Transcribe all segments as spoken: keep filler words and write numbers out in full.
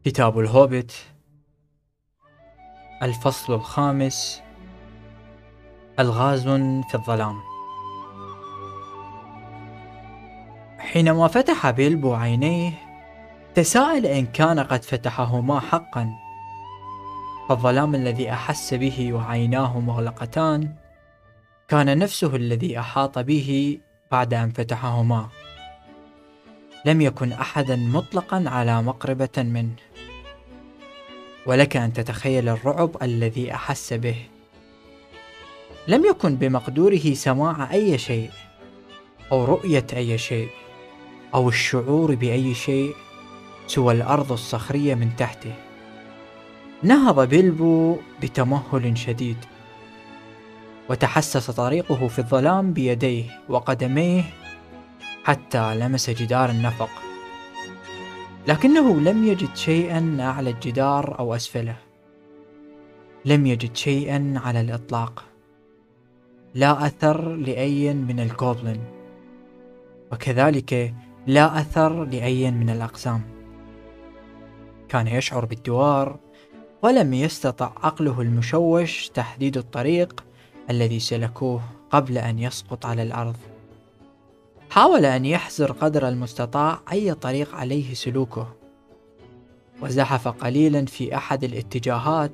كتاب الهوبت، الفصل الخامس، ألغاز في الظلام. حينما فتح بيلبو عينيه تساءل إن كان قد فتحهما حقا، فالظلام الذي أحس به وعيناه مغلقتان كان نفسه الذي أحاط به بعد أن فتحهما. لم يكن أحدا مطلقا على مقربة منه، ولك أن تتخيل الرعب الذي أحس به. لم يكن بمقدوره سماع أي شيء أو رؤية أي شيء أو الشعور بأي شيء سوى الأرض الصخرية من تحته. نهض بيلبو بتمهل شديد، وتحسس طريقه في الظلام بيديه وقدميه حتى لمس جدار النفق، لكنه لم يجد شيئا أعلى الجدار أو أسفله. لم يجد شيئا على الإطلاق، لا أثر لأي من الجوبلين، وكذلك لا أثر لأي من الأقزام. كان يشعر بالدوار، ولم يستطع عقله المشوش تحديد الطريق الذي سلكوه قبل أن يسقط على الأرض. حاول أن يحزر قدر المستطاع أي طريق عليه سلوكه، وزحف قليلا في أحد الاتجاهات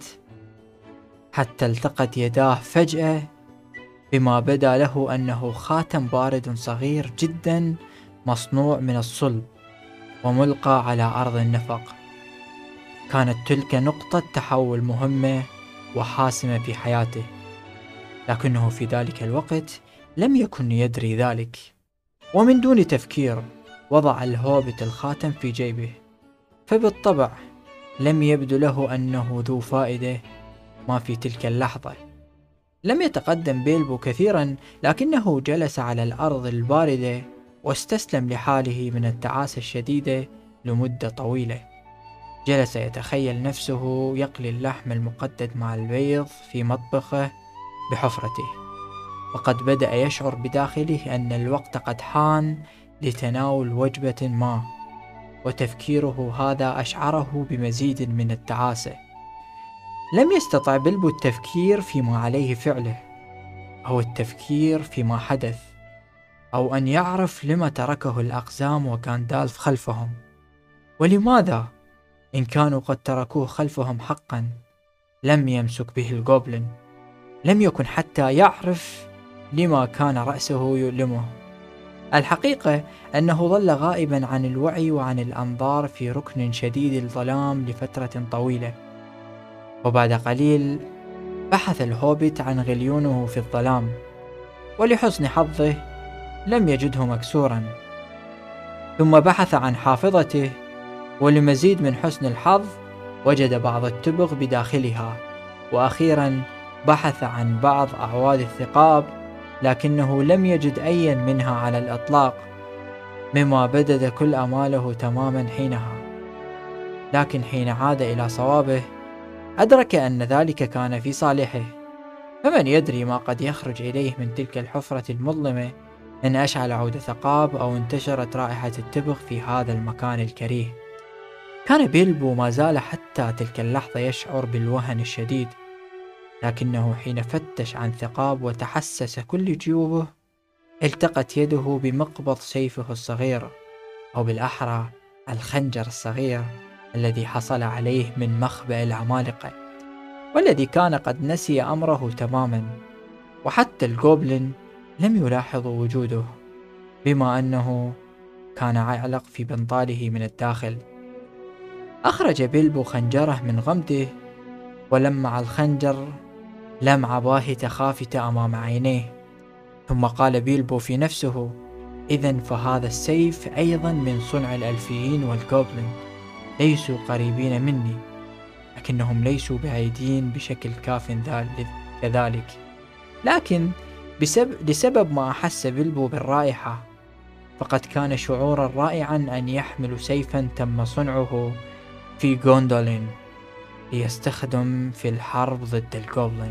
حتى التقت يداه فجأة بما بدا له أنه خاتم بارد صغير جدا مصنوع من الصلب وملقى على أرض النفق. كانت تلك نقطة تحول مهمة وحاسمة في حياته، لكنه في ذلك الوقت لم يكن يدري ذلك. ومن دون تفكير وضع الهوبت الخاتم في جيبه، فبالطبع لم يبدو له أنه ذو فائدة ما في تلك اللحظة. لم يتقدم بيلبو كثيرا، لكنه جلس على الأرض الباردة واستسلم لحاله من التعاسة الشديدة لمدة طويلة. جلس يتخيل نفسه يقلي اللحم المقدد مع البيض في مطبخه بحفرته، وقد بدأ يشعر بداخله أن الوقت قد حان لتناول وجبة ما، وتفكيره هذا أشعره بمزيد من التعاسة. لم يستطع بيلبو التفكير فيما عليه فعله، أو التفكير فيما حدث، أو أن يعرف لما تركه الأقزام وغاندالف خلفهم. ولماذا إن كانوا قد تركوه خلفهم حقا لم يمسك به الجوبلين؟ لم يكن حتى يعرف لما كان رأسه يؤلمه. الحقيقة أنه ظل غائبا عن الوعي وعن الأنظار في ركن شديد الظلام لفترة طويلة، وبعد قليل بحث الهوبت عن غليونه في الظلام، ولحسن حظه لم يجده مكسورا. ثم بحث عن حافظته، ولمزيد من حسن الحظ وجد بعض التبغ بداخلها. وأخيرا بحث عن بعض أعواد الثقاب، لكنه لم يجد أي منها على الإطلاق، مما بدد كل أماله تماما حينها. لكن حين عاد إلى صوابه أدرك أن ذلك كان في صالحه، فمن يدري ما قد يخرج إليه من تلك الحفرة المظلمة إن أشعل عود ثقاب أو انتشرت رائحة التبغ في هذا المكان الكريه. كان بيلبو ما زال حتى تلك اللحظة يشعر بالوهن الشديد، لكنه حين فتش عن ثقاب وتحسس كل جيوبه التقت يده بمقبض سيفه الصغير، أو بالأحرى الخنجر الصغير الذي حصل عليه من مخبأ العمالقة، والذي كان قد نسي أمره تماما. وحتى الجوبلين لم يلاحظوا وجوده، بما أنه كان يعلق في بنطاله من الداخل. أخرج بيلبو خنجره من غمده ولمع الخنجر لمعة باهتة خافتة أمام عينيه، ثم قال بيلبو في نفسه: إذن فهذا السيف أيضا من صنع الألفيين والجوبلين، ليسوا قريبين مني، لكنهم ليسوا بعيدين بشكل كاف كذلك. لكن بسبب, لسبب ما أحس بيلبو بالرائحة، فقد كان شعورا رائعا أن يحمل سيفا تم صنعه في غوندولين ليستخدم في الحرب ضد الجوبلين،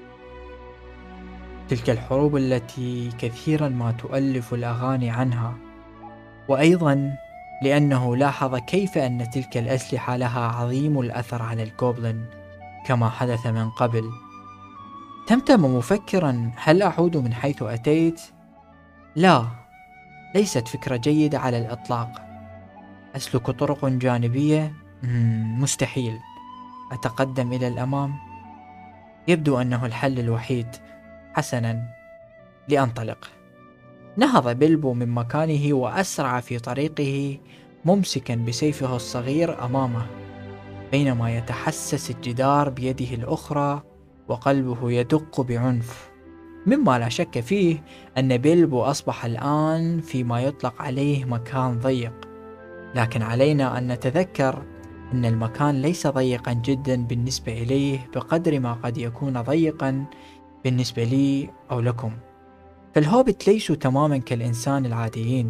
تلك الحروب التي كثيرا ما تؤلف الأغاني عنها. وأيضا لأنه لاحظ كيف أن تلك الأسلحة لها عظيم الأثر على الجوبلin كما حدث من قبل. تمتم مفكرا: هل أعود من حيث أتيت؟ لا، ليست فكرة جيدة على الإطلاق. أسلك طرق جانبية؟ مستحيل. أتقدم إلى الأمام؟ يبدو أنه الحل الوحيد. حسنا، لأنطلق. نهض بيلبو من مكانه وأسرع في طريقه ممسكا بسيفه الصغير أمامه، بينما يتحسس الجدار بيده الأخرى وقلبه يدق بعنف، مما لا شك فيه أن بيلبو أصبح الآن فيما يطلق عليه مكان ضيق. لكن علينا أن نتذكر أن المكان ليس ضيقا جدا بالنسبة إليه بقدر ما قد يكون ضيقا بالنسبة لي أو لكم. فالهوبت ليسوا تماما كالإنسان العاديين،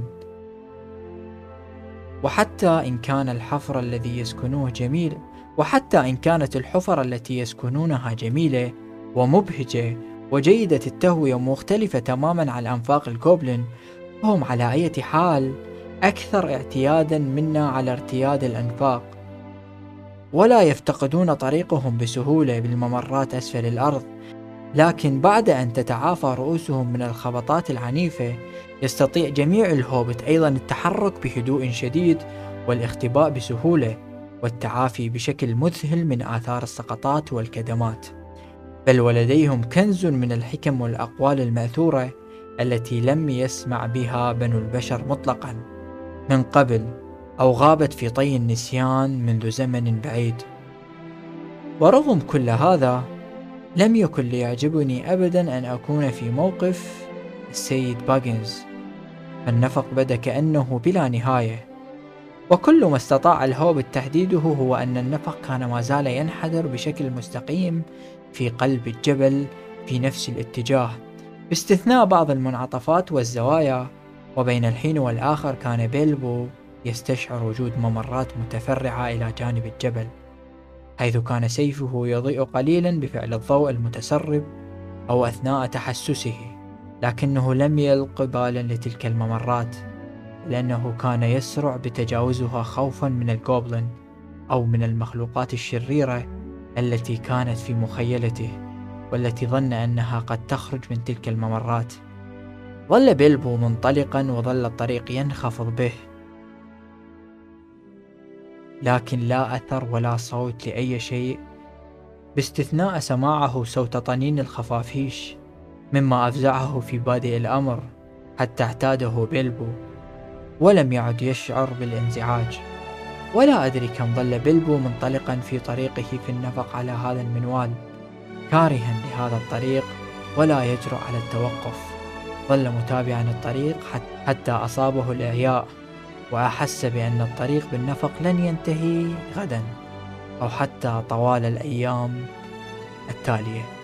وحتى إن كان الحفر الذي يسكنوه جميل وحتى إن كانت الحفر التي يسكنونها جميلة ومبهجة وجيدة التهوية ومختلفة تماما عن أنفاق الجوبلin، فهم على أي حال أكثر اعتيادا منا على ارتياد الأنفاق، ولا يفتقدون طريقهم بسهولة بالممرات أسفل الأرض. لكن بعد أن تتعافى رؤوسهم من الخبطات العنيفة، يستطيع جميع الهوبت أيضا التحرك بهدوء شديد والاختباء بسهولة والتعافي بشكل مذهل من آثار السقطات والكدمات. بل ولديهم كنز من الحكم والأقوال المأثورة التي لم يسمع بها بنو البشر مطلقا من قبل، أو غابت في طي النسيان منذ زمن بعيد. ورغم كل هذا، لم يكن ليعجبني أبدا أن أكون في موقف السيد باغنز. النفق بدا كأنه بلا نهاية، وكل ما استطاع الهوبت تحديده هو أن النفق كان ما زال ينحدر بشكل مستقيم في قلب الجبل في نفس الاتجاه، باستثناء بعض المنعطفات والزوايا. وبين الحين والآخر كان بيلبو يستشعر وجود ممرات متفرعة إلى جانب الجبل، حيث كان سيفه يضيء قليلا بفعل الضوء المتسرب أو أثناء تحسسه، لكنه لم يلق بالا لتلك الممرات، لأنه كان يسرع بتجاوزها خوفا من الجوبلin أو من المخلوقات الشريرة التي كانت في مخيلته والتي ظن أنها قد تخرج من تلك الممرات. ظل بيلبو منطلقا وظل الطريق ينخفض به، لكن لا أثر ولا صوت لأي شيء باستثناء سماعه صوت طنين الخفافيش، مما أفزعه في بادئ الأمر حتى اعتاده بيلبو ولم يعد يشعر بالانزعاج. ولا أدري كم ظل بيلبو منطلقا في طريقه في النفق على هذا المنوال، كارها لهذا الطريق ولا يجرؤ على التوقف. ظل متابعا الطريق حتى أصابه الإعياء، وأحس بأن الطريق بالنفق لن ينتهي غدا أو حتى طوال الأيام التالية.